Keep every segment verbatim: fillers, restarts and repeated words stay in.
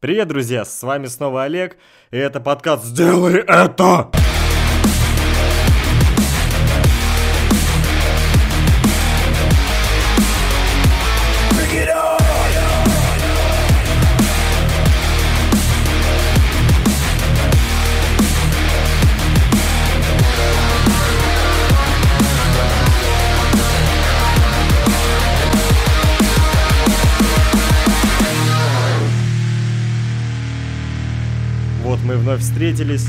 Привет, друзья, с вами снова Олег, и это подкаст «Сделай это!». Вот мы вновь встретились,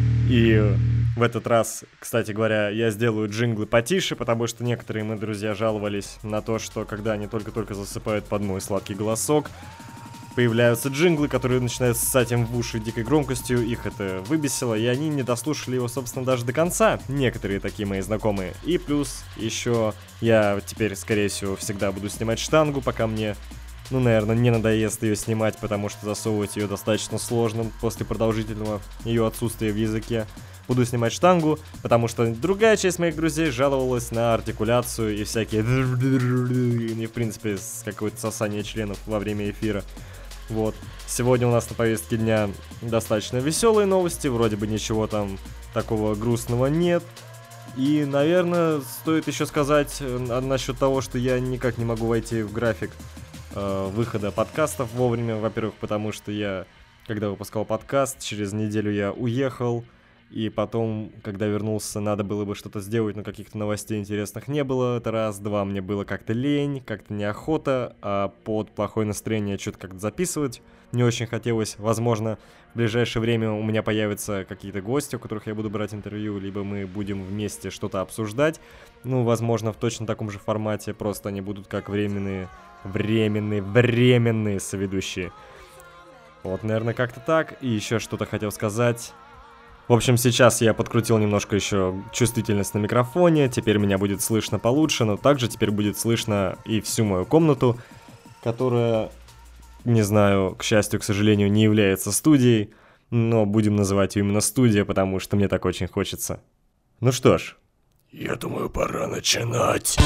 и в этот раз, кстати говоря, я сделаю джинглы потише, потому что некоторые мои друзья жаловались на то, что когда они только-только засыпают под мой сладкий голосок, появляются джинглы, которые начинают ссать им в уши дикой громкостью, их это выбесило, и они не дослушали его, собственно, даже до конца, некоторые такие мои знакомые. И плюс еще я теперь, скорее всего, всегда буду снимать штангу, пока мне... Ну, наверное, не надоест ее снимать, потому что засовывать ее достаточно сложно после продолжительного ее отсутствия в языке. Буду снимать штангу, потому что другая часть моих друзей жаловалась на артикуляцию и всякие... И, в принципе, с какое-то сосание членов во время эфира. Вот. Сегодня у нас на повестке дня достаточно веселые новости, вроде бы ничего там такого грустного нет. И, наверное, стоит еще сказать насчет того, что я никак не могу войти в график выхода подкастов вовремя. Во-первых, потому что я, когда выпускал подкаст, через неделю я уехал, и потом, когда вернулся, надо было бы что-то сделать, но каких-то новостей интересных не было. Это раз. Два, мне было как-то лень, как-то неохота, а под плохое настроение что-то как-то записывать не очень хотелось. Возможно, в ближайшее время у меня появятся какие-то гости, у которых я буду брать интервью, либо мы будем вместе что-то обсуждать. Ну, возможно, в точно таком же формате, просто они будут как временные Временные, временные соведущие. Вот, наверное, как-то так. И еще что-то хотел сказать. В общем, сейчас я подкрутил немножко еще чувствительность на микрофоне. Теперь меня будет слышно получше, но также теперь будет слышно и всю мою комнату, которая, не знаю, к счастью, к сожалению, не является студией. Но будем называть ее именно студия, потому что мне так очень хочется. Ну что ж, я думаю, пора начинать.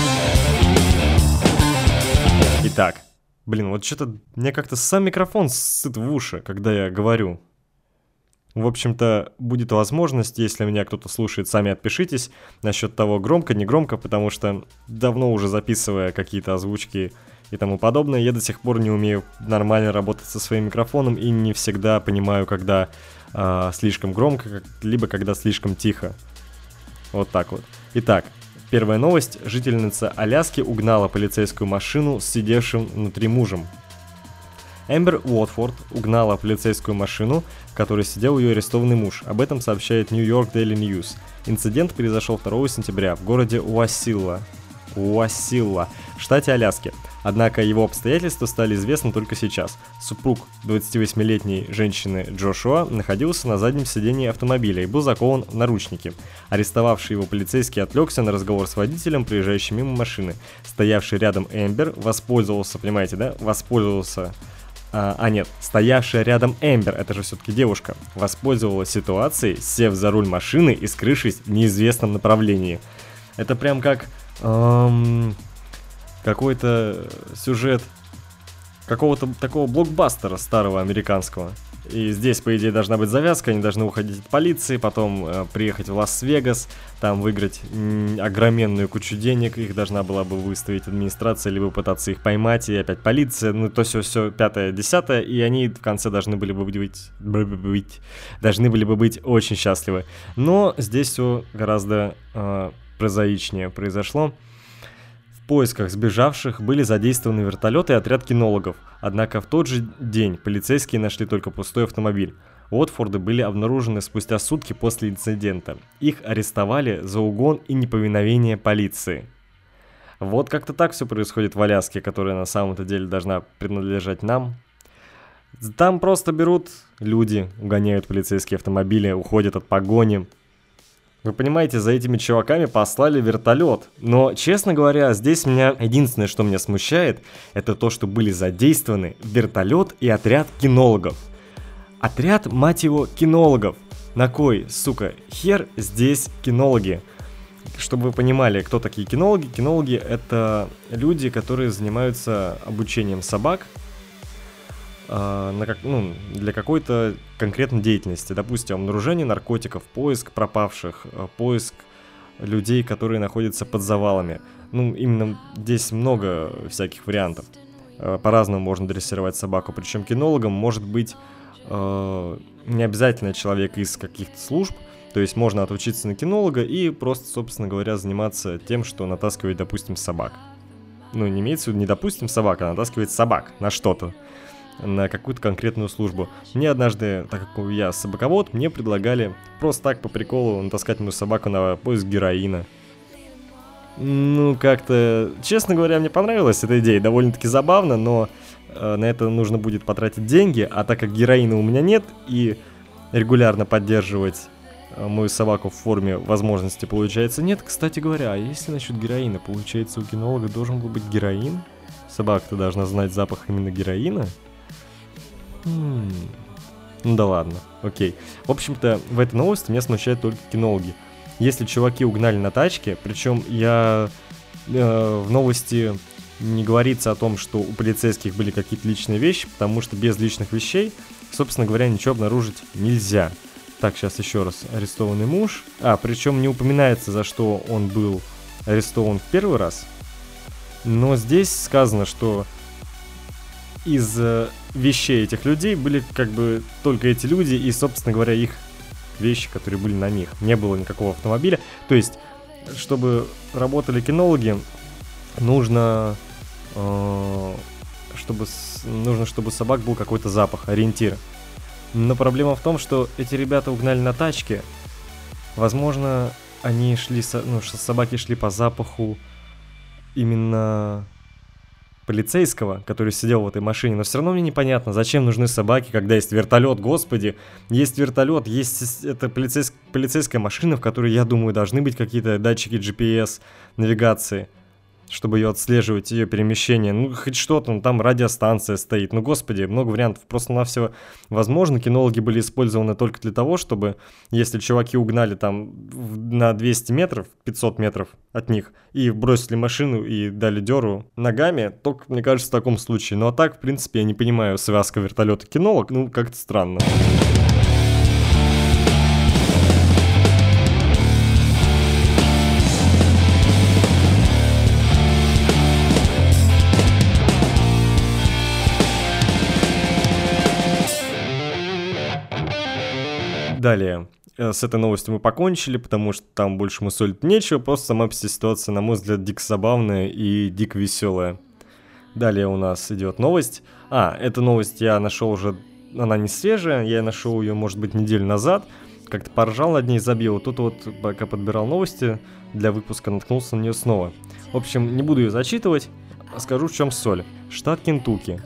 Итак, блин, вот что-то мне как-то сам микрофон ссыт в уши, когда я говорю. В общем-то, будет возможность, если меня кто-то слушает, сами отпишитесь насчет того, громко, не громко, потому что давно уже записывая какие-то озвучки и тому подобное, я до сих пор не умею нормально работать со своим микрофоном и не всегда понимаю, когда э, слишком громко, либо когда слишком тихо. Вот так вот. Итак. Первая новость. Жительница Аляски угнала полицейскую машину с сидевшим внутри мужем. Эмбер Уотфорд угнала полицейскую машину, в которой сидел ее арестованный муж. Об этом сообщает New York Daily News. Инцидент произошел второго сентября в городе Уасилла, Уасилла, в штате Аляски. Однако его обстоятельства стали известны только сейчас. Супруг двадцативосьмилетней женщины Джошуа находился на заднем сидении автомобиля и был закован в наручники. Арестовавший его полицейский отвлекся на разговор с водителем, проезжающим мимо машины. Стоявший рядом Эмбер воспользовался, понимаете, да? Воспользовался... А, а нет, стоявшая рядом Эмбер, это же все-таки девушка, воспользовалась ситуацией, сев за руль машины и скрывшись в неизвестном направлении. Это прям как... Эм... какой-то сюжет какого-то такого блокбастера старого американского. И здесь, по идее, должна быть завязка, они должны уходить от полиции, потом э, приехать в Лас-Вегас, там выиграть м- огроменную кучу денег, их должна была бы выставить администрация, либо пытаться их поймать, и опять полиция, ну то все-все, пятое, десятое, и они в конце должны были бы быть, быть должны были бы быть очень счастливы. Но здесь все гораздо э, прозаичнее произошло. В поисках сбежавших были задействованы вертолеты и отряд кинологов, однако в тот же день полицейские нашли только пустой автомобиль. Уотфорды были обнаружены спустя сутки после инцидента. Их арестовали за угон и неповиновение полиции. Вот как-то так все происходит в Аляске, которая на самом-то деле должна принадлежать нам. Там просто берут люди, угоняют полицейские автомобили, уходят от погони. Вы понимаете, за этими чуваками послали вертолет. Но, честно говоря, здесь меня единственное, что меня смущает, это то, что были задействованы вертолет и отряд кинологов. Отряд, мать его, кинологов. На кой, сука, хер здесь кинологи? Чтобы вы понимали, кто такие кинологи. Кинологи — это люди, которые занимаются обучением собак. э, на как, ну, для какой-то конкретной деятельности. Допустим, обнаружение наркотиков, поиск пропавших, э, поиск людей, которые находятся под завалами. Ну, именно здесь много всяких вариантов. Э, по-разному можно дрессировать собаку. Причем кинологом может быть э, не обязательно человек из каких-то служб. То есть можно отучиться на кинолога и просто, собственно говоря, заниматься тем, что натаскивать, допустим, собак. Ну, не имеется в виду не допустим собак, а натаскивать собак на что-то, на какую-то конкретную службу. Мне однажды, так как я собаковод, мне предлагали просто так по приколу натаскать мою собаку на поиск героина. Ну, как-то, честно говоря, мне понравилась эта идея, довольно-таки забавно, но э, на это нужно будет потратить деньги, а так как героина у меня нет, и регулярно поддерживать мою собаку в форме возможности получается нет. Кстати говоря, а если насчет героина, получается у кинолога должен был быть героин? Собака-то должна знать запах именно героина? М-м. Ну да ладно, окей. В общем-то, в этой новости меня смущают только кинологи. Если чуваки угнали на тачке, причем я э, в новости не говорится о том, что у полицейских были какие-то личные вещи, потому что без личных вещей, собственно говоря, ничего обнаружить нельзя. Так, сейчас еще раз. Арестованный муж. А, причем не упоминается, за что он был арестован в первый раз. Но здесь сказано, что из э, вещей этих людей были как бы только эти люди и, собственно говоря, их вещи, которые были на них. Не было никакого автомобиля. То есть, чтобы работали кинологи, нужно, э, чтобы, с, нужно, чтобы у собак был какой-то запах, ориентир. Но проблема в том, что эти ребята угнали на тачке. Возможно, они шли, ну, собаки шли по запаху именно полицейского, который сидел в этой машине. Но все равно мне непонятно, зачем нужны собаки, когда есть вертолет, господи. Есть вертолет, есть это полицейск... полицейская машина, в которой, я думаю, должны быть какие-то датчики джи пи эс, навигации, чтобы ее отслеживать, ее перемещение. Ну, хоть что-то, ну, там радиостанция стоит. Ну, господи, много вариантов. Просто-навсего, возможно, кинологи были использованы только для того, чтобы, если чуваки угнали там на двести метров, пятьсот метров от них, и бросили машину и дали дёру ногами, только, мне кажется, в таком случае. Ну, а так, в принципе, я не понимаю, связка вертолета-кинолог, ну, как-то странно. Далее, с этой новостью мы покончили, потому что там больше мусолить нечего, просто сама по себе ситуация, на мой взгляд, дико забавная и дико веселая. Далее у нас идет новость. А, эту новость я нашел уже, она не свежая, я нашел ее, может быть, неделю назад, как-то поржал над ней, забил. Тут вот, пока подбирал новости для выпуска, наткнулся на нее снова. В общем, не буду ее зачитывать, а скажу, в чем соль. Штат Кентукки.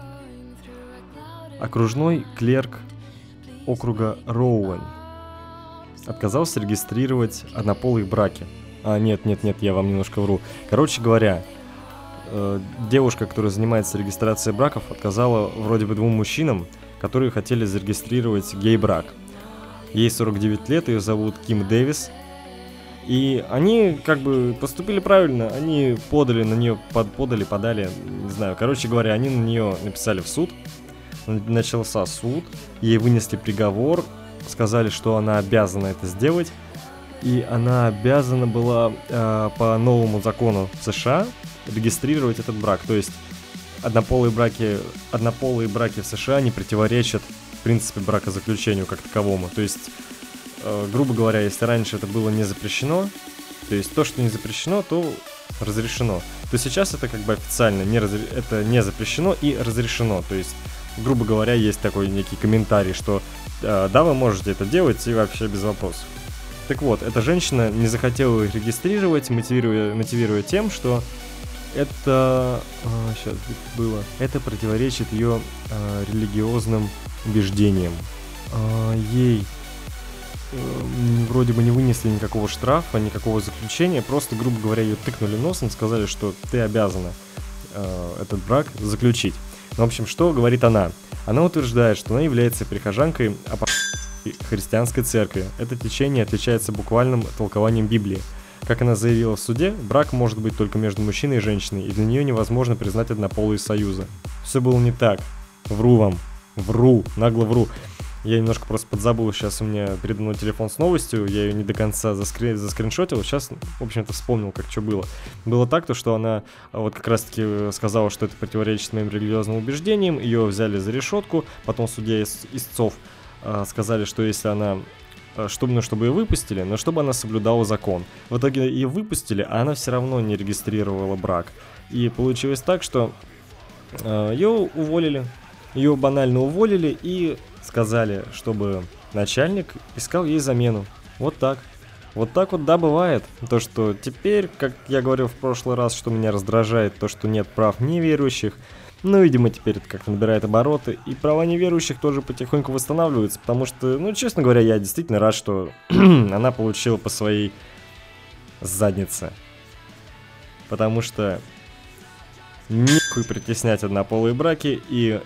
Окружной клерк округа Роуэн отказался регистрировать однополые браки. А, нет, нет, нет, я вам немножко вру. Короче говоря, э, девушка, которая занимается регистрацией браков, отказала вроде бы двум мужчинам, которые хотели зарегистрировать гей-брак. Ей сорок девять лет, ее зовут Ким Дэвис. И они как бы поступили правильно, они подали на нее, под, подали, подали, не знаю, короче говоря, они на нее написали в суд. Начался суд, ей вынесли приговор, сказали, что она обязана это сделать, и она обязана была э, по новому закону США регистрировать этот брак. То есть однополые браки, однополые браки в США не противоречат, в принципе, бракозаключению как таковому. То есть, э, грубо говоря, если раньше это было не запрещено, то есть то, что не запрещено, то разрешено, то сейчас это как бы официально не, разре... это не запрещено и разрешено. То есть, грубо говоря, есть такой некий комментарий, что э, да, вы можете это делать и вообще без вопросов. Так вот, эта женщина не захотела их регистрировать, мотивируя, мотивируя тем, что это, э, сейчас было, это противоречит ее э, религиозным убеждениям. Э, ей э, вроде бы не вынесли никакого штрафа, никакого заключения, просто, грубо говоря, ее тыкнули носом, сказали, что ты обязана э, этот брак заключить. В общем, что говорит она? Она утверждает, что она является прихожанкой христианской церкви. Это течение отличается буквальным толкованием Библии. Как она заявила в суде, брак может быть только между мужчиной и женщиной, и для нее невозможно признать однополые союзы. Все было не так. Вру вам. Вру, нагло вру. Я немножко просто подзабыл, сейчас у меня передо мной телефон с новостью, я ее не до конца заскри... заскриншотил, сейчас, в общем-то, вспомнил, как что было. Было так, то, что она вот как раз-таки сказала, что это противоречит моим религиозным убеждениям, ее взяли за решетку, потом судья из истцов э, сказали, что если она, э, чтобы, ну, чтобы ее выпустили, но чтобы она соблюдала закон. В итоге ее выпустили, а она все равно не регистрировала брак. И получилось так, что э, ее уволили, ее банально уволили и... сказали, чтобы начальник искал ей замену. Вот так. Вот так вот, да, бывает. То, что теперь, как я говорил в прошлый раз, что меня раздражает, то, что нет прав неверующих. Ну, видимо, теперь это как-то набирает обороты. И права неверующих тоже потихоньку восстанавливаются. Потому что, ну, честно говоря, я действительно рад, что она получила по своей заднице. Потому что нехуй притеснять однополые браки и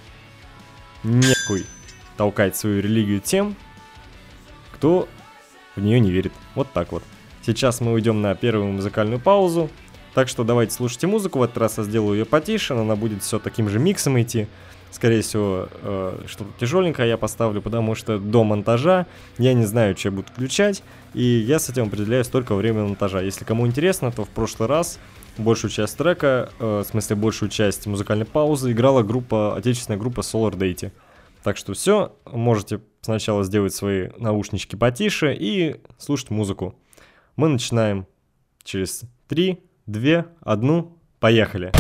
нехуй толкать свою религию тем, кто в нее не верит. Вот так вот. Сейчас мы уйдем на первую музыкальную паузу. Так что давайте слушайте музыку. В этот раз я сделаю ее потише, но она будет все таким же миксом идти. Скорее всего, э, что-то тяжеленькое я поставлю, потому что до монтажа я не знаю, что я буду включать. И я с этим определяюсь только во время монтажа. Если кому интересно, то в прошлый раз большую часть трека, э, в смысле большую часть музыкальной паузы, играла группа, отечественная группа Solar Deity. Так что все, можете сначала сделать свои наушнички потише и слушать музыку. Мы начинаем через три, два, один, поехали!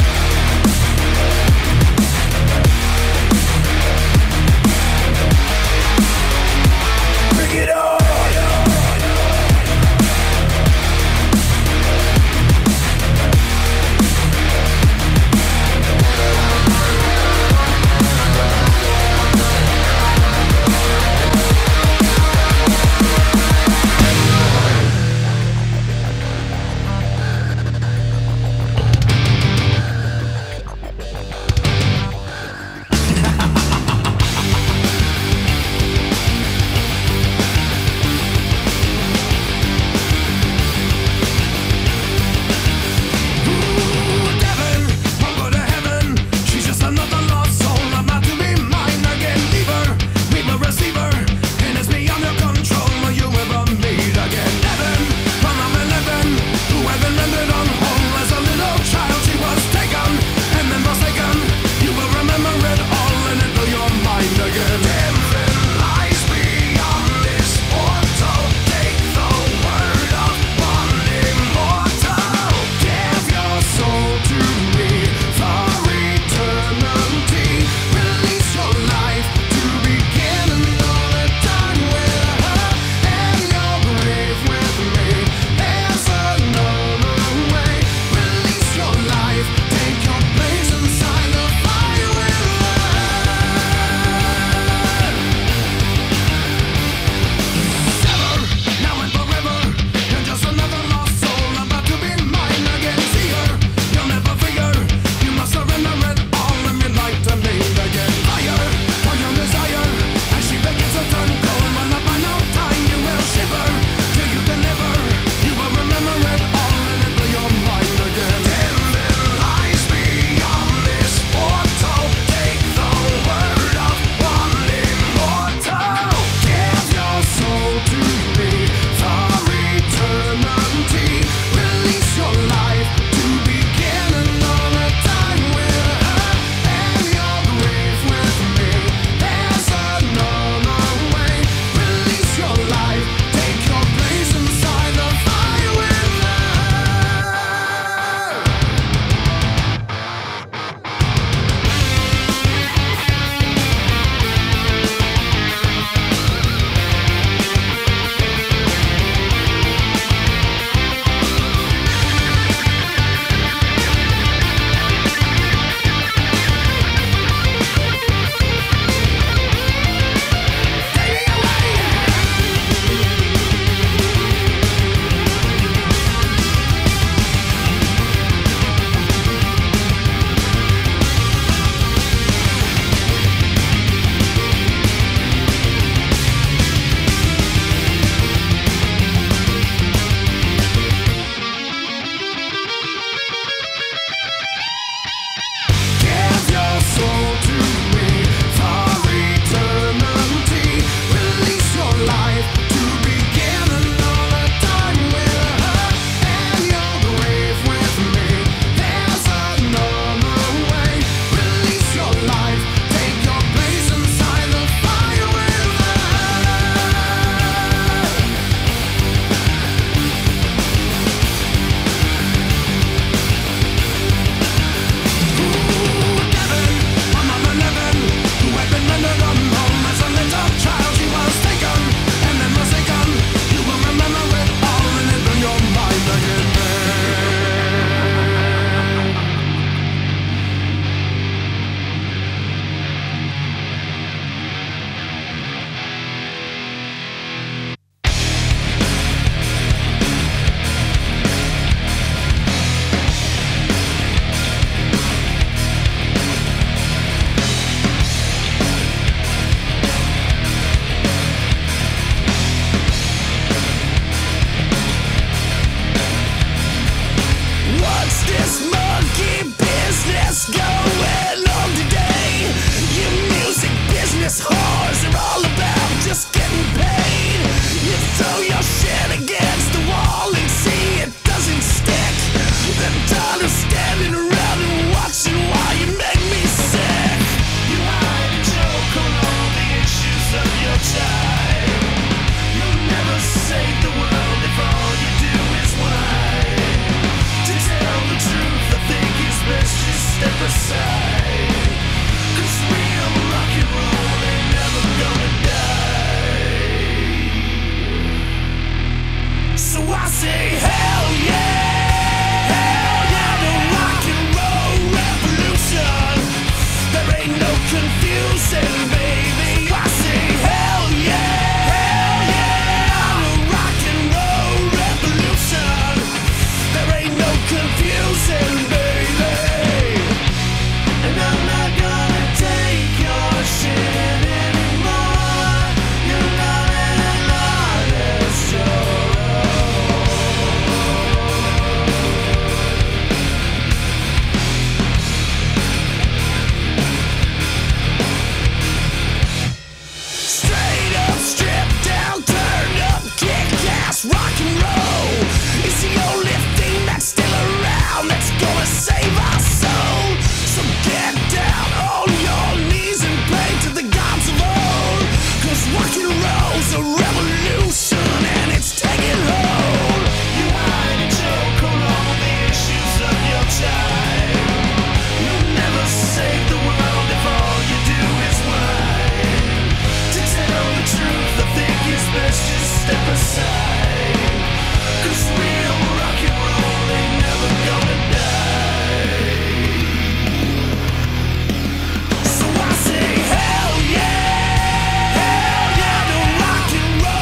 knows a revolution and it's taking hold. You hide and choke on all the issues of your time. You'll never save the world if all you do is whine. To tell the truth, I think it's best just step aside. 'Cause real rock and roll ain't never gonna die. So I say hell yeah, hell yeah to rock and roll.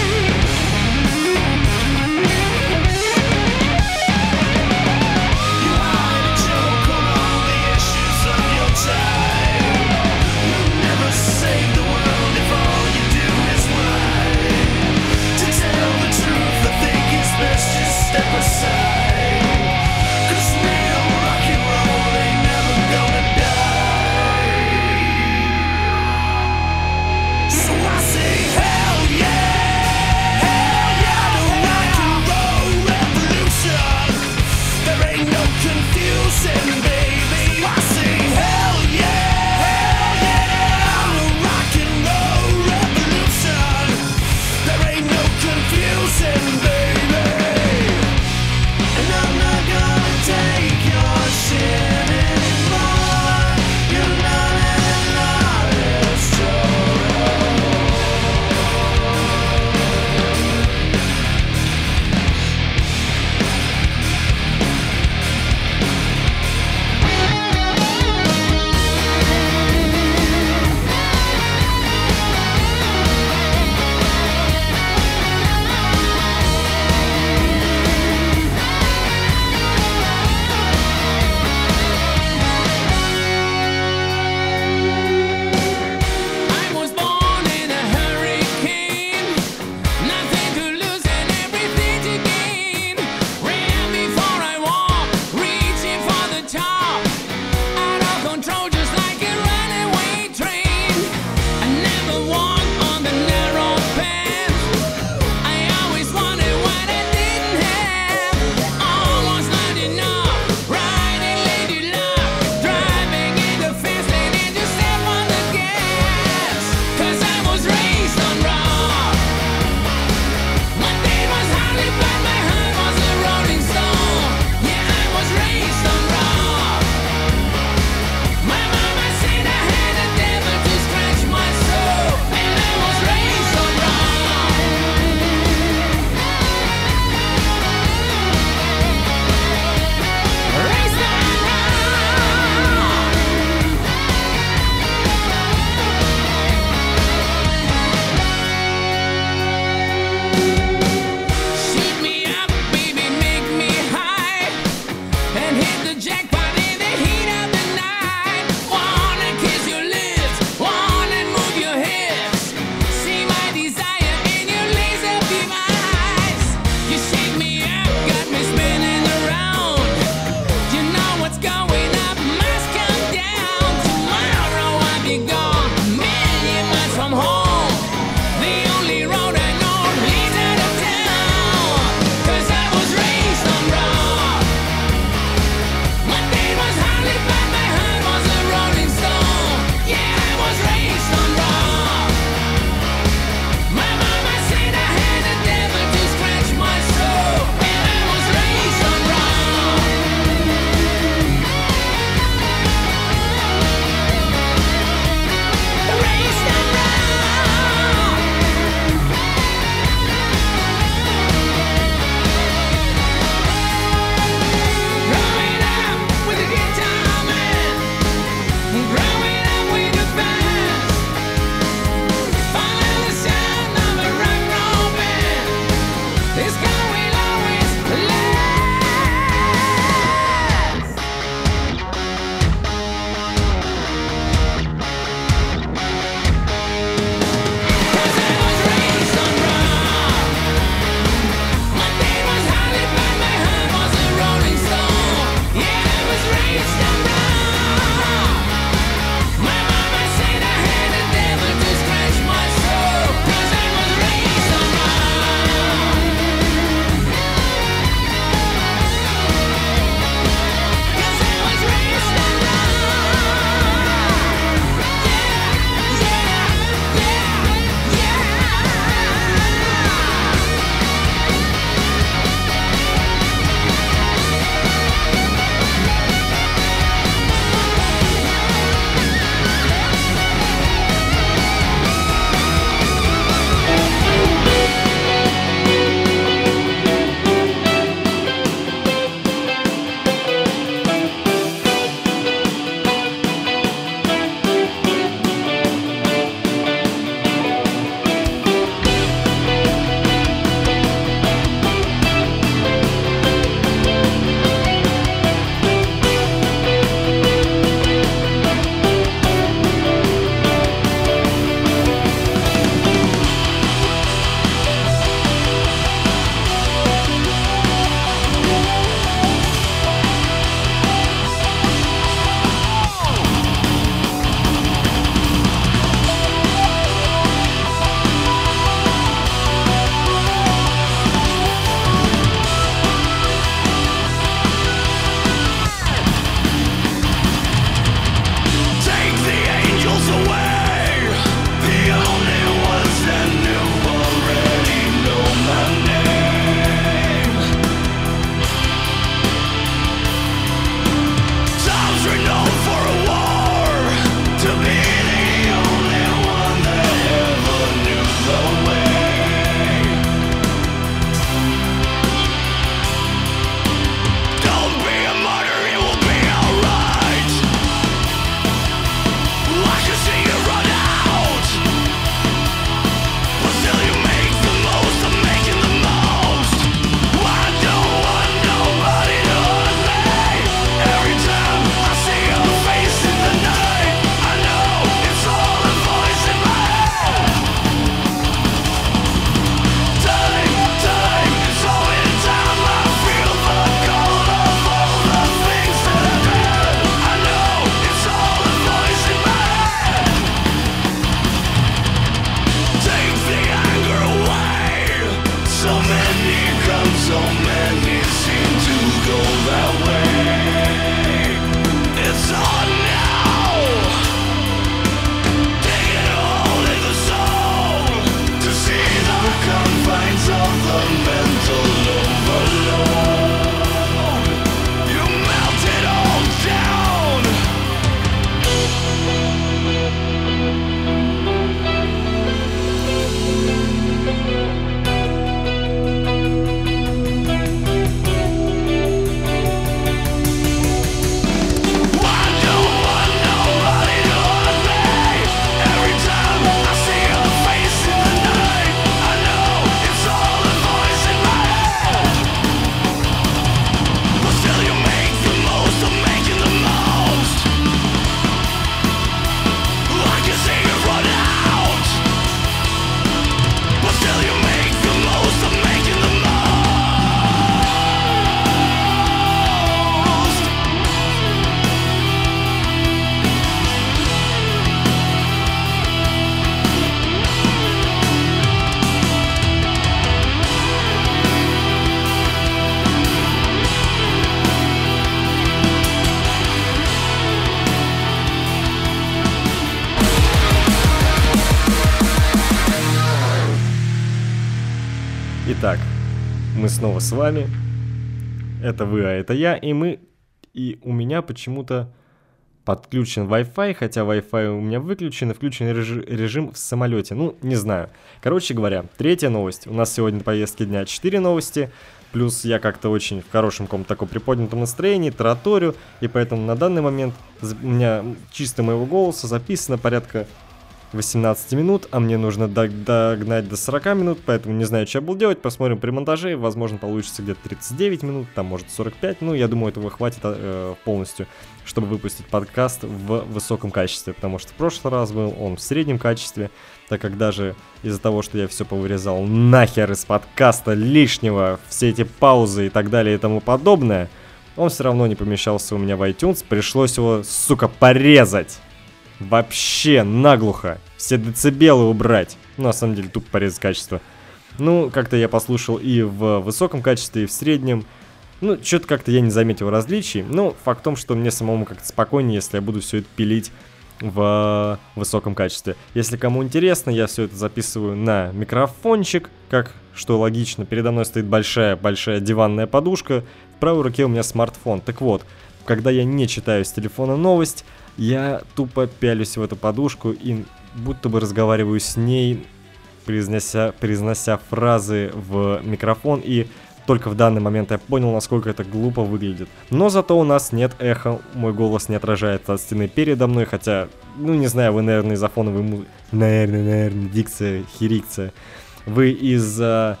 Итак, мы снова с вами. Это вы, а это я. И мы... И у меня почему-то подключен Wi-Fi, хотя Wi-Fi у меня выключен и включен режим, режим в самолете. Ну, не знаю. Короче говоря, третья новость. У нас сегодня на повестке дня четыре новости. Плюс я как-то очень в хорошем каком-то таком приподнятом настроении, тараторю. И поэтому на данный момент у меня чисто моего голоса записано порядка восемнадцать минут, а мне нужно догнать до сорок минут, поэтому не знаю, что я буду делать, посмотрим при монтаже, возможно, получится где-то тридцать девять минут, там, может, сорок пять, ну, я думаю, этого хватит э, полностью, чтобы выпустить подкаст в высоком качестве, потому что в прошлый раз был он в среднем качестве, так как даже из-за того, что я все повырезал нахер из подкаста лишнего, все эти паузы и так далее и тому подобное, он все равно не помещался у меня в iTunes, пришлось его, сука, порезать. Вообще наглухо. Все децибелы убрать. Ну, на самом деле, тупо порезать качество. Ну, как-то я послушал и в высоком качестве, и в среднем. Ну, что-то как-то я не заметил различий. Ну, факт в том, что мне самому как-то спокойнее, если я буду все это пилить в высоком качестве. Если кому интересно, я все это записываю на микрофончик, как, что логично. Передо мной стоит большая-большая диванная подушка. В правой руке у меня смартфон. Так вот, когда я не читаю с телефона новость, я тупо пялюсь в эту подушку и будто бы разговариваю с ней, произнося, произнося фразы в микрофон, и только в данный момент я понял, насколько это глупо выглядит. Но зато у нас нет эха, мой голос не отражается от стены передо мной, хотя, ну не знаю, вы, наверное, из-за фоновой музыки, наверное, наверное, дикция, херикция, вы из-за...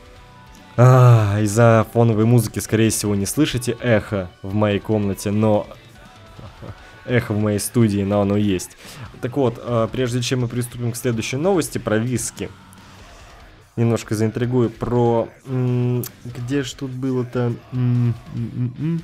А, из-за фоновой музыки, скорее всего, не слышите эхо в моей комнате, но... Эхо в моей студии, но оно есть. Так вот, э, прежде чем мы приступим к следующей новости про виски, немножко заинтригую про... М- где ж тут было-то? М- м- м-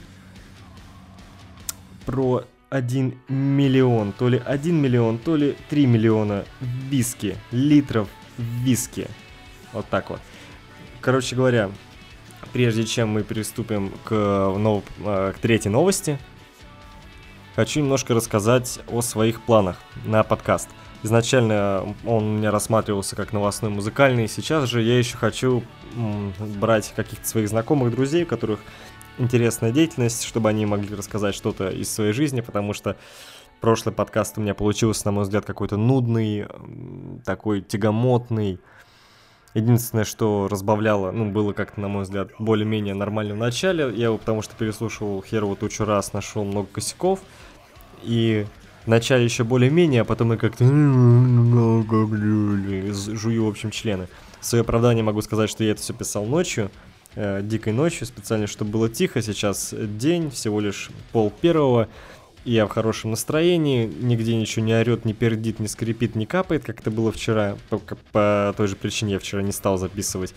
про один миллион. То ли один миллион, то ли три миллиона виски. Литров виски. Вот так вот. Короче говоря, прежде чем мы приступим к, нов... к третьей новости, хочу немножко рассказать о своих планах на подкаст. Изначально он у меня рассматривался как новостной музыкальный, сейчас же я еще хочу м, брать каких-то своих знакомых, друзей, у которых интересная деятельность, чтобы они могли рассказать что-то из своей жизни, потому что прошлый подкаст у меня получился, на мой взгляд, какой-то нудный, такой тягомотный. Единственное, что разбавляло, ну, было как-то, на мой взгляд, более-менее нормально в начале. Я его потому что переслушивал херово тучу раз, нашел много косяков. И в начале еще более-менее, а потом я как-то жую, в общем, члены. В свое оправдание могу сказать, что я это все писал ночью, э, дикой ночью, специально, чтобы было тихо. Сейчас день, всего лишь пол первого. Я в хорошем настроении, нигде ничего не орет, не пердит, не скрипит, не капает, как это было вчера. По, по той же причине я вчера не стал записывать.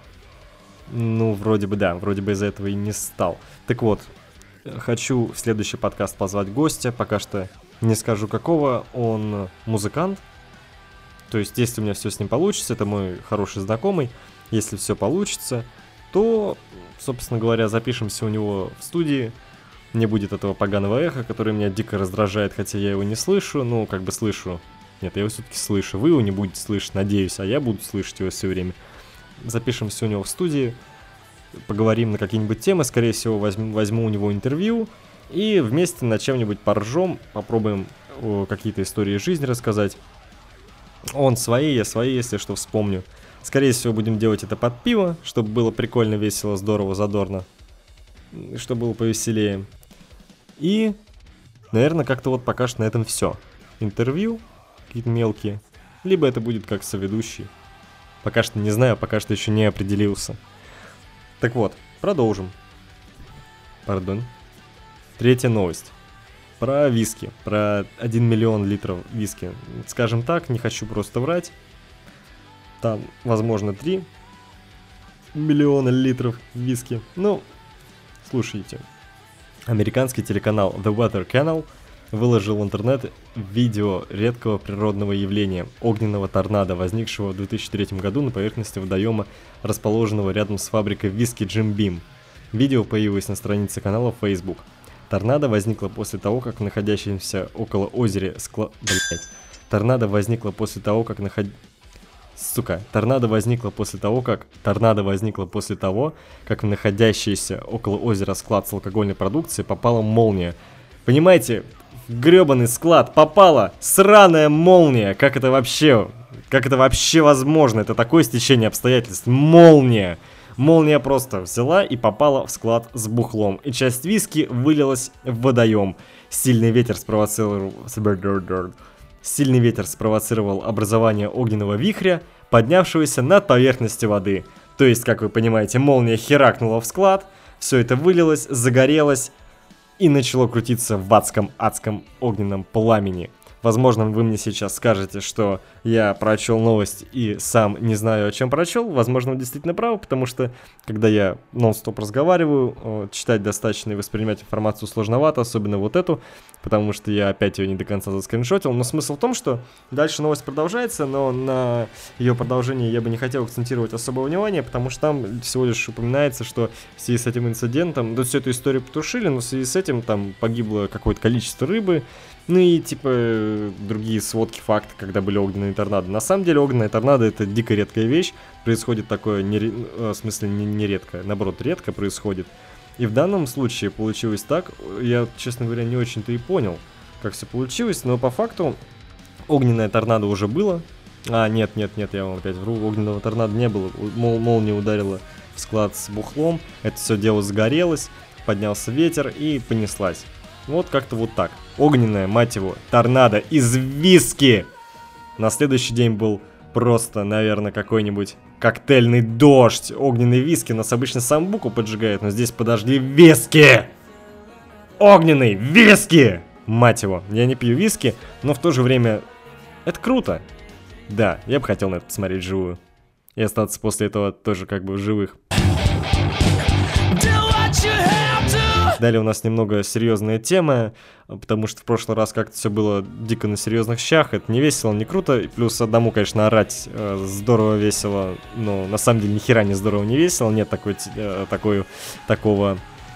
Ну, вроде бы да, вроде бы из-за этого и не стал. Так вот, хочу в следующий подкаст позвать гостя, пока что не скажу какого, он музыкант. То есть, если у меня все с ним получится, это мой хороший знакомый. Если все получится, то, собственно говоря, запишемся у него в студии. Не будет этого поганого эха, который меня дико раздражает, хотя я его не слышу. Ну, как бы слышу. Нет, я его все-таки слышу. Вы его не будете слышать, надеюсь, а я буду слышать его все время. Запишемся у него в студии, поговорим на какие-нибудь темы. Скорее всего, возьму, возьму у него интервью. И вместе над чем-нибудь поржем. Попробуем о, какие-то истории жизни рассказать. Он свои, я свои, если что, вспомню. Скорее всего, будем делать это под пиво, чтобы было прикольно, весело, здорово, задорно. Чтобы было повеселее. И, наверное, как-то вот пока что на этом все. Интервью какие-то мелкие. Либо это будет как соведущий. Пока что не знаю, пока что еще не определился. Так вот, продолжим. Пардон. Третья новость. Про виски. Про один миллион литров виски. Скажем так, не хочу просто врать. Там, возможно, три миллиона литров виски. Ну, слушайте. Американский телеканал The Weather Channel выложил в интернет видео редкого природного явления – огненного торнадо, возникшего в две тысячи третьем году на поверхности водоема, расположенного рядом с фабрикой виски Jim Beam. Видео появилось на странице канала в Facebook. Торнадо возникло после того, как в находящемся около озера скла... Блять. Торнадо возникло после того, как наход... Сука, торнадо возникло после того, как... Торнадо возникло после того, как в находящийся около озера склад с алкогольной продукцией попала молния. Понимаете, в гребаный склад попала сраная молния. Как это вообще... Как это вообще возможно? Это такое стечение обстоятельств. Молния! Молния просто взяла и попала в склад с бухлом. И часть виски вылилась в водоем. Сильный ветер спровоцировал... Сильный ветер спровоцировал образование огненного вихря, поднявшегося над поверхностью воды. То есть, как вы понимаете, молния херакнула в склад, все это вылилось, загорелось и начало крутиться в адском-адском огненном пламени. Возможно, вы мне сейчас скажете, что я прочел новость и сам не знаю, о чем прочел. Возможно, вы действительно правы, потому что, когда я нон-стоп разговариваю, читать достаточно и воспринимать информацию сложновато, особенно вот эту, потому что я опять ее не до конца заскриншотил. Но смысл в том, что дальше новость продолжается, но на ее продолжение я бы не хотел акцентировать особого внимания, потому что там всего лишь упоминается, что в связи с этим инцидентом, да, всю эту историю потушили, но в связи с этим там погибло какое-то количество рыбы. Ну и типа другие сводки, факты, когда были огненные торнадо. На самом деле огненная торнадо — это дико редкая вещь. Происходит такое, не, в смысле не, не редко, наоборот, редко происходит. И в данном случае получилось так, я, честно говоря, не очень-то и понял, как все получилось. Но по факту огненная торнадо уже было. А, нет, нет, нет, я вам опять вру, огненного торнадо не было. Мол, молния ударила в склад с бухлом, это все дело загорелось, поднялся ветер и понеслась. Вот как-то вот так. Огненная, мать его, торнадо из виски! На следующий день был просто, наверное, какой-нибудь коктейльный дождь. Огненный виски нас обычно самбуку поджигает, но здесь подожди, виски! Огненный виски! Мать его, я не пью виски, но в то же время это круто. Да, я бы хотел на это посмотреть вживую. И остаться после этого тоже как бы в живых. Далее у нас немного серьезная тема, потому что в прошлый раз как-то все было дико на серьезных щах, это не весело, не круто, и плюс одному, конечно, орать э, здорово весело, но на самом деле ни хера не здорово не весело, нет такой, э, такой, такого,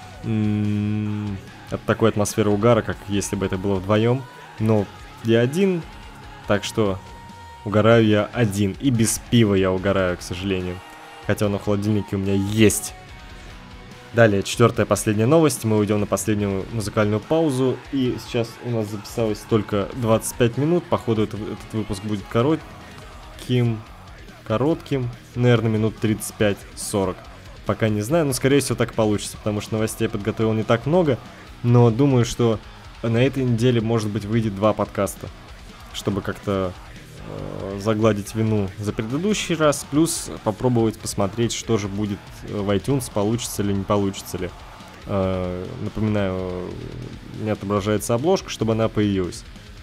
м- такой атмосферы угара, как если бы это было вдвоем, но я один, так что угораю я один, и без пива я угораю, к сожалению, хотя оно в холодильнике у меня есть. Далее, четвертая, последняя новость. Мы уйдем на последнюю музыкальную паузу. И сейчас у нас записалось только двадцать пять минут. Походу, это, этот выпуск будет коротким. Коротким. Наверное, минут тридцать пять сорок. Пока не знаю, но скорее всего так получится. Потому что новостей я подготовил не так много. Но думаю, что на этой неделе, может быть, выйдет два подкаста. Чтобы как-то э, загладить вину за предыдущий раз. Плюс попробовать посмотреть, что же будет в iTunes, получится ли, не получится ли. Э, напоминаю, не отображается обложка, чтобы она появилась.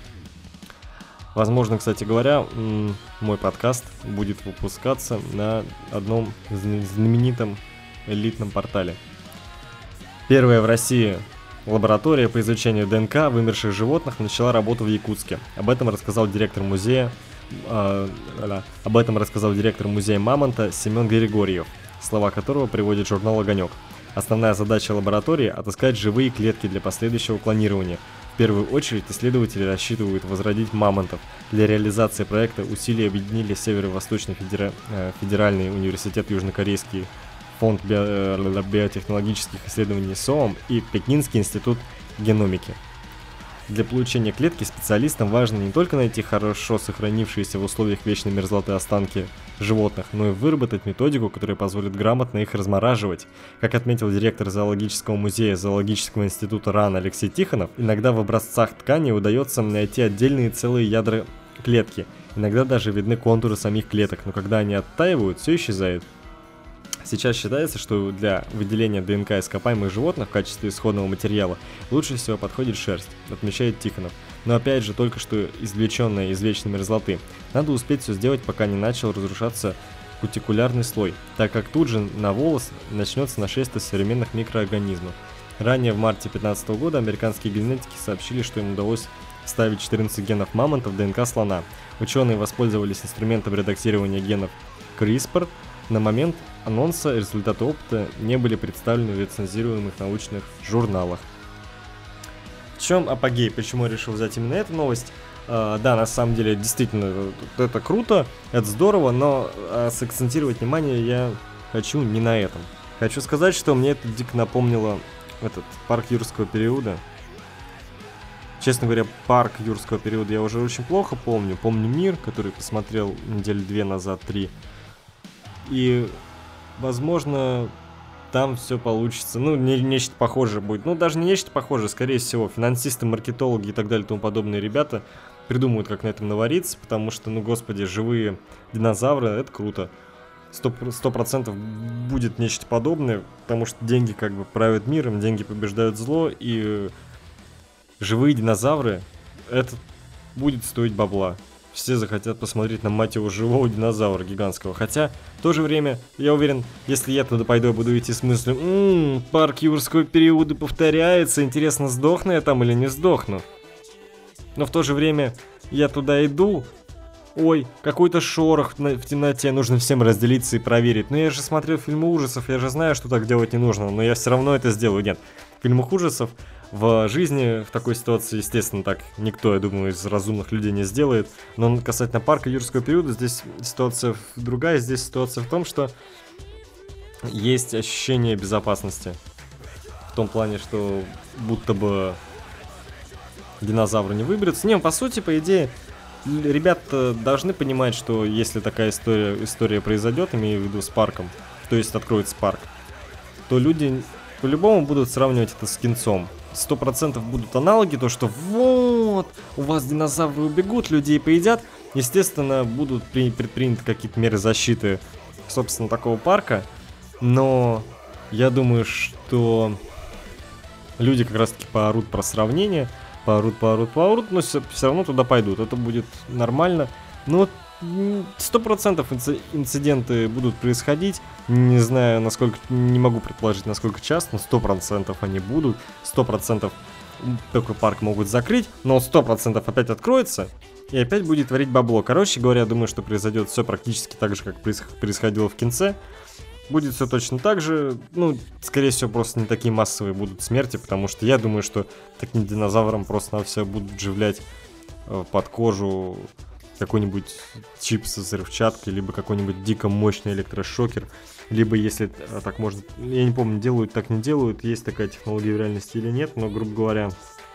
Возможно, кстати говоря, мой подкаст будет выпускаться на одном знаменитом элитном портале. Первая в России лаборатория по изучению ДНК вымерших животных начала работу в Якутске. Об этом рассказал директор музея, э, об этом рассказал директор музея Мамонта Семен Григорьев, слова которого приводит журнал «Огонек». Основная задача лаборатории – отыскать живые клетки для последующего клонирования. В первую очередь исследователи рассчитывают возродить мамонтов. Для реализации проекта усилия объединили Северо-Восточный федера... федеральный университет Южнокорейский фонд био... биотехнологических исследований СОАМ и Пекинский институт геномики. Для получения клетки специалистам важно не только найти хорошо сохранившиеся в условиях вечной мерзлоты останки животных, но и выработать методику, которая позволит грамотно их размораживать. Как отметил директор зоологического музея Зоологического института РАН Алексей Тихонов, иногда в образцах ткани удается найти отдельные целые ядра клетки. Иногда даже видны контуры самих клеток, но когда они оттаивают, все исчезает. Сейчас считается, что для выделения ДНК ископаемых животных в качестве исходного материала лучше всего подходит шерсть, отмечает Тихонов. Но опять же, только что извлеченная из вечной мерзлоты. Надо успеть все сделать, пока не начал разрушаться кутикулярный слой, так как тут же на волос начнется нашествие современных микроорганизмов. Ранее в марте две тысячи пятнадцатого года американские генетики сообщили, что им удалось вставить четырнадцать генов мамонта в ДНК слона. Ученые воспользовались инструментом редактирования генов CRISPR. На момент анонса результаты опыта не были представлены в рецензируемых научных журналах. В чем апогей, почему я решил взять именно эту новость? Uh, да, на самом деле, действительно, это круто, это здорово, но uh, сакцентировать внимание я хочу не на этом. Хочу сказать, что мне это дико напомнило этот парк юрского периода. Честно говоря, парк юрского периода я уже очень плохо помню. Помню «Мир», который посмотрел недели две назад, три. И, возможно, там все получится. Ну, не, нечто похожее будет. Ну, даже не нечто похожее, скорее всего. Финансисты, маркетологи и так далее и тому подобные ребята придумают, как на этом навариться, потому что, ну, господи, живые динозавры, это круто. Сто процентов будет нечто подобное, потому что деньги как бы правят миром, деньги побеждают зло, и живые динозавры, это будет стоить бабла. Все захотят посмотреть на, мать его, живого динозавра гигантского. Хотя, в то же время, я уверен, если я туда пойду, я буду идти с мыслью: «Ммм, парк юрского периода повторяется, интересно, сдохну я там или не сдохну?» Но в то же время я туда иду, ой, какой-то шорох в темноте, нужно всем разделиться и проверить. Но я же смотрел фильмы ужасов, я же знаю, что так делать не нужно, но я все равно это сделаю. Нет, в фильмах ужасов в жизни в такой ситуации, естественно, так никто, я думаю, из разумных людей не сделает. Но касательно парка юрского периода, здесь ситуация другая. Здесь ситуация в том, что есть ощущение безопасности. В том плане, что будто бы динозавры не выберутся. Не, по сути, по идее, ребята должны понимать, что если такая история, история произойдет, имею в виду с парком, то есть откроется парк, то люди по-любому будут сравнивать это с кинцом. Сто процентов будут аналоги, то что вот, у вас динозавры убегут, людей поедят. Естественно, будут при- предприняты какие-то меры защиты, собственно, такого парка. Но я думаю, что люди как раз-таки поорут про сравнение. Поорут, поорут, поорут, но все, все равно туда пойдут. Это будет нормально. Но сто процентов инциденты будут происходить. Не знаю, насколько, не могу предположить, насколько часто, но сто процентов они будут. Сто процентов такой парк могут закрыть, но сто процентов опять откроется и опять будет творить бабло. Короче говоря, думаю, что произойдет все практически так же, как происходило в кинце. Будет все точно так же. Ну, скорее всего, просто не такие массовые будут смерти, потому что я думаю, что таким динозаврам просто на все будут вживлять э, под кожу какой-нибудь чип с взрывчаткой, либо какой-нибудь дико мощный электрошокер, либо, если э, так можно, я не помню, делают, так не делают, есть такая технология в реальности или нет, но, грубо говоря,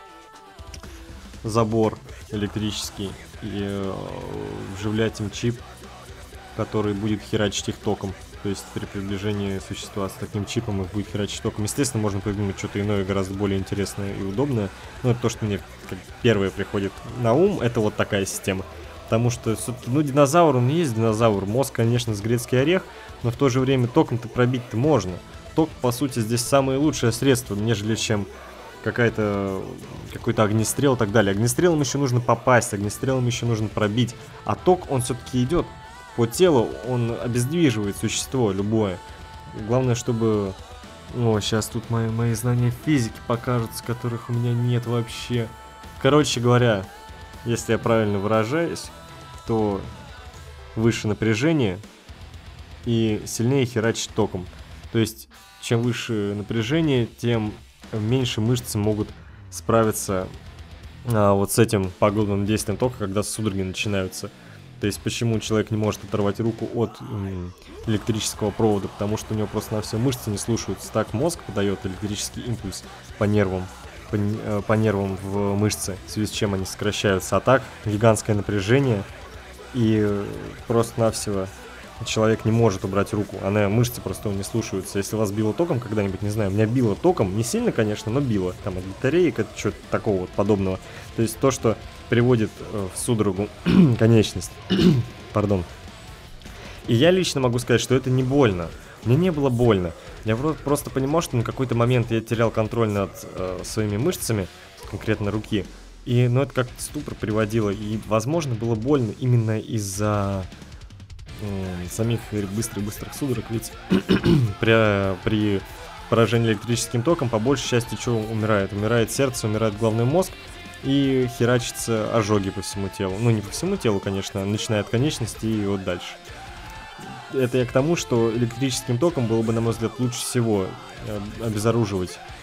забор электрический и э, вживлять им чип, который будет херачить их током. То есть при приближении существа с таким чипом их будет херачить током. Естественно, можно придумать что-то иное, гораздо более интересное и удобное. Но это то, что мне как первое приходит на ум, это вот такая система. Потому что, ну, динозавр, он и есть динозавр. Мозг, конечно, с грецкий орех, но в то же время током-то пробить-то можно. Ток, по сути, здесь самое лучшее средство, нежели чем какая-то, какой-то огнестрел и так далее. Огнестрелом еще нужно попасть, огнестрелом еще нужно пробить. А ток, он все-таки идет по телу, он обездвиживает существо любое. Главное, чтобы... О, сейчас тут мои, мои знания физики покажутся, которых у меня нет вообще. Короче говоря, если я правильно выражаюсь, то выше напряжение и сильнее херачить током. То есть, чем выше напряжение, тем меньше мышцы могут справиться а, вот с этим пагубным действием тока, когда судороги начинаются. То есть, почему человек не может оторвать руку от м, электрического провода? Потому что у него просто на все мышцы не слушаются. Так мозг подает электрический импульс по нервам, по, э, по нервам в мышцы, в связи с чем они сокращаются. А так, гигантское напряжение, и просто-навсего человек не может убрать руку. Она, мышцы просто не слушаются. Если вас било током когда-нибудь, не знаю, меня било током, не сильно, конечно, но било. Там от батареек, от чего-то такого вот подобного. То есть то, что приводит э, в судорогу конечность. Пардон. И я лично могу сказать, что это не больно. Мне не было больно. Я просто понимал, что на какой-то момент я терял контроль над э, своими мышцами, конкретно руки. И, ну, это как-то ступор приводило. И, возможно, было больно именно из-за э, самих быстрых-быстрых судорог. Ведь при, при поражении электрическим током, по большей части, что умирает? Умирает сердце, умирает головной мозг. И херачатся ожоги по всему телу. Ну, не по всему телу, конечно, начиная от конечности и вот дальше. Это я к тому, что электрическим током было бы, на мой взгляд, лучше всего обезоруживать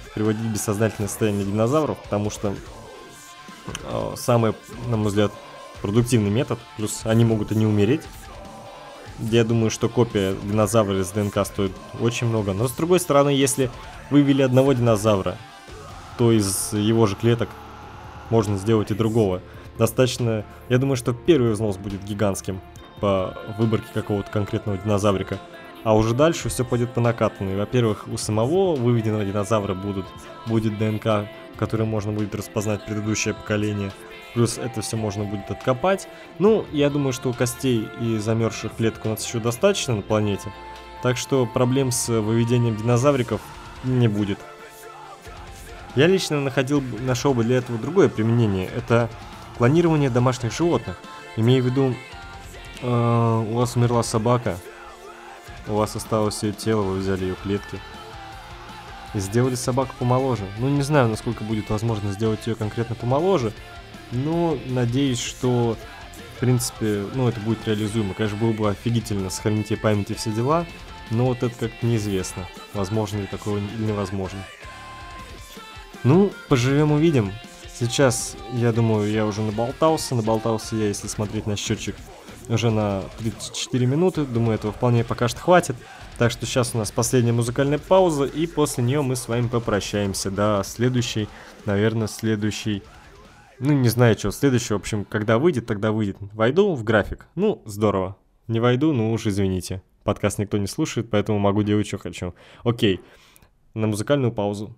приводить в бессознательное состояние динозавров, потому что э, самый, на мой взгляд, продуктивный метод, плюс они могут и не умереть. Я думаю, что копия динозавра из ДНК стоит очень много, но с другой стороны, если вывели одного динозавра, то из его же клеток можно сделать и другого. Достаточно, я думаю, что первый взнос будет гигантским по выборке какого-то конкретного динозаврика. А уже дальше все пойдет по накатанной. Во-первых, у самого выведенного динозавра будут, будет ДНК, которой можно будет распознать предыдущее поколение. Плюс это все можно будет откопать. Ну, я думаю, что костей и замерзших клеток у нас еще достаточно на планете. Так что проблем с выведением динозавриков не будет. Я лично находил, нашел бы для этого другое применение. Это клонирование домашних животных. Имею в виду, э, у вас умерла собака. У вас осталось ее тело, вы взяли ее клетки и сделали собаку помоложе. Ну, не знаю, насколько будет возможно сделать ее конкретно помоложе, но надеюсь, что, в принципе, ну, это будет реализуемо. Конечно, было бы офигительно сохранить ей память и все дела, но вот это как-то неизвестно, возможно ли такое или невозможно. Ну, поживем увидим. Сейчас, я думаю, я уже наболтался, наболтался я, если смотреть на счетчик, уже на тридцать четыре минуты, думаю, этого вполне пока что хватит. Так что сейчас у нас последняя музыкальная пауза, и после нее мы с вами попрощаемся до следующей, наверное, следующей, ну не знаю что, следующий, в общем, когда выйдет, тогда выйдет. Войду в график, ну здорово, не войду, ну уж извините, подкаст никто не слушает, поэтому могу делать, что хочу. Окей, на музыкальную паузу.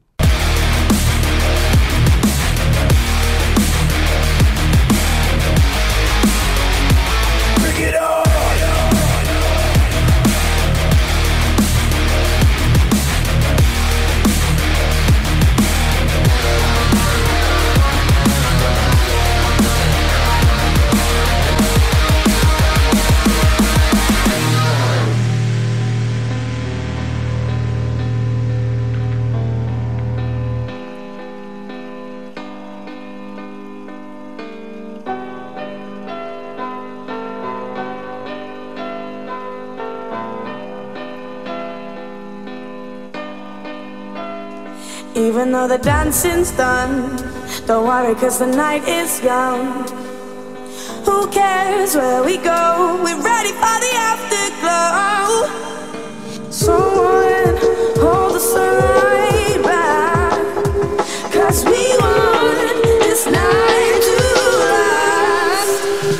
Even though the dancing's done, don't worry cause the night is young. Who cares where we go, we're ready for the afterglow. Someone hold the sunlight back, cause we want this night to last.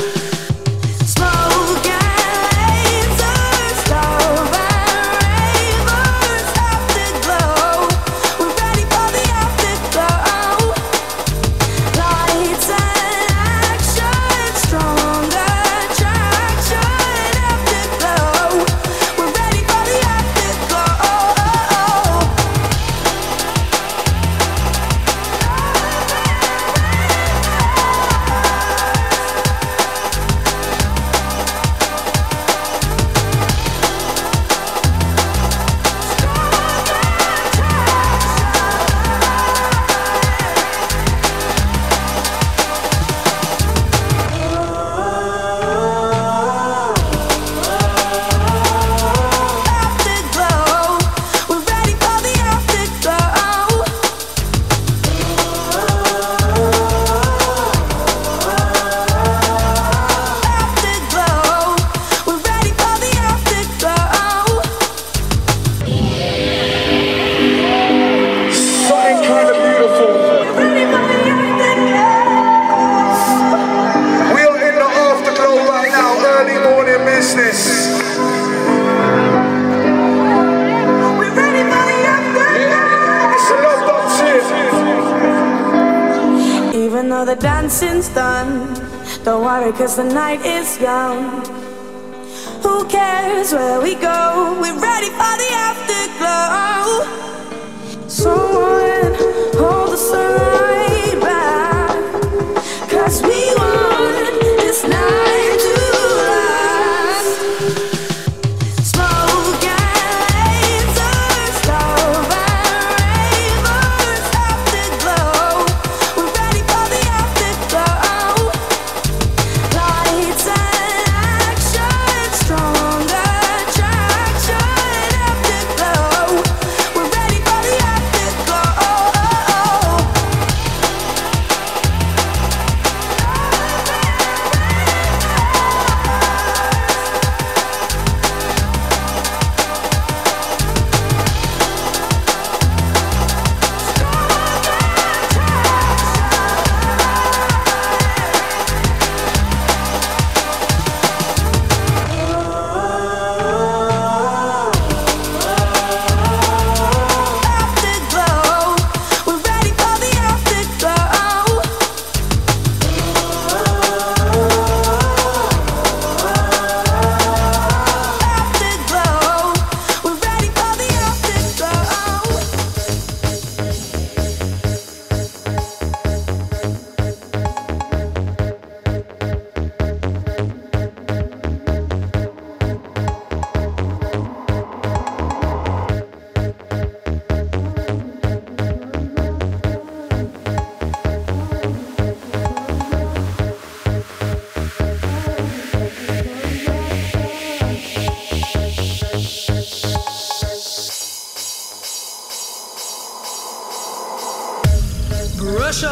Smoke and lasers, love and ravers, afterglow. We're ready for the afterglow. Lights and action, strong attraction, afterglow. We're ready for the afterglow. Afterglow, we're ready for the afterglow. Afterglow, we're ready for the afterglow. Something kind of beautiful. Ready for the afterglow. We are in the afterglow right now, early morning business. We're ready for the afterglow. It's a love bomb shit. Even though the dancing's done, don't worry cause the night is young. Who cares where we go, we're ready for the afterglow. Someone hold the sunlight back, cause we want this night to last. Smoke and lasers, love and ravers, afterglow. We're ready for the afterglow. Lights and action, strong attraction, afterglow. We're ready for the afterglow.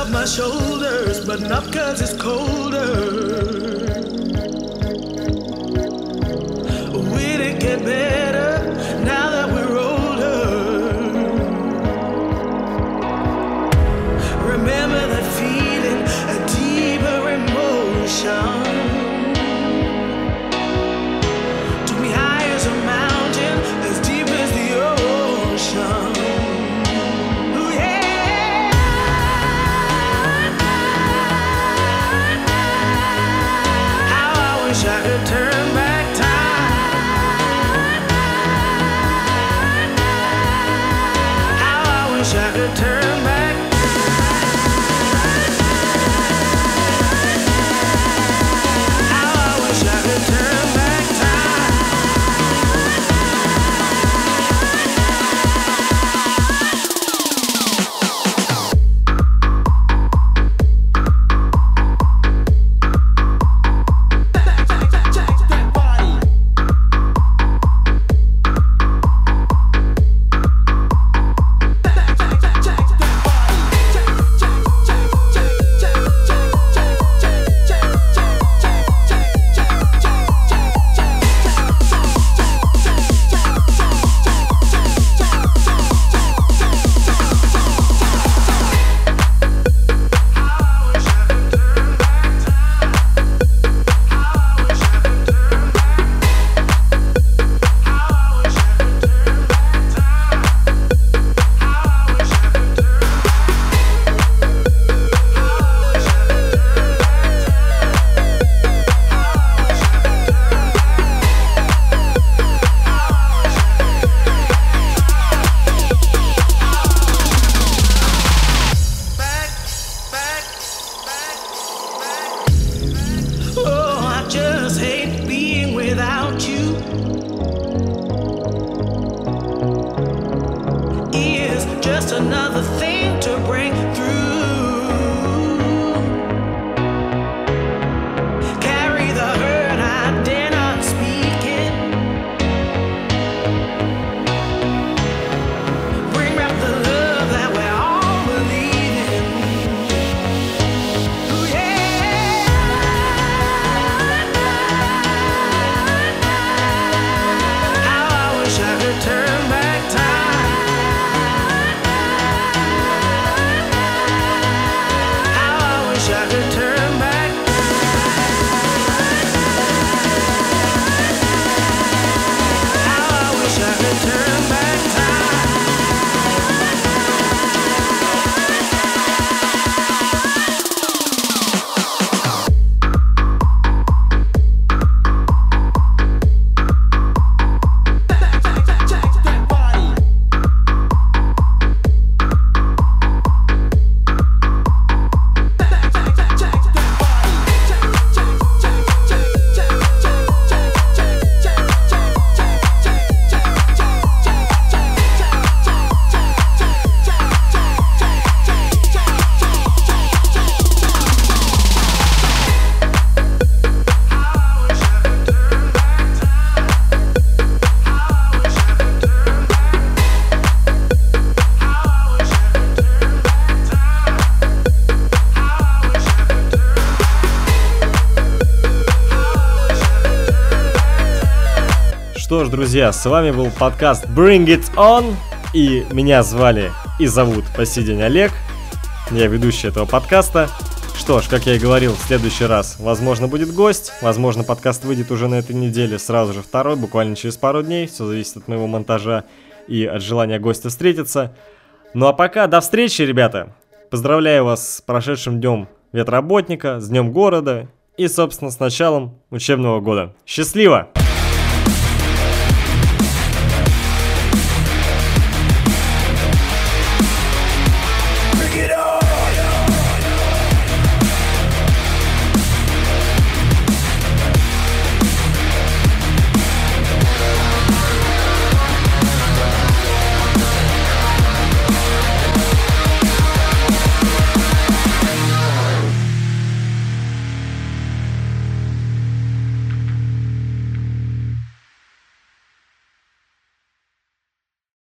off my shoulders, but not cause it's colder. Will it get better now that we're older? Remember that feeling, a deeper emotion. Took me high as a mountain, as deep as the ocean. Ooh, yeah. How I wish I could turn back time. How I wish I could turn back. Another thing to break through. Carry the hurt I dare not speak it. Bring back the love that we all believe in. Ooh, yeah. How I wish I could turn back time. I could turn back. How I wish I could turn back time. Что ж, друзья, с вами был подкаст Bring It On, и меня звали и зовут по сей день Олег, я ведущий этого подкаста. Что ж, как я и говорил, в следующий раз, возможно, будет гость, возможно, подкаст выйдет уже на этой неделе, сразу же второй, буквально через пару дней, все зависит от моего монтажа и от желания гостя встретиться. Ну а пока, до встречи, ребята, поздравляю вас с прошедшим днем ветработника, с днем города и, собственно, с началом учебного года. Счастливо!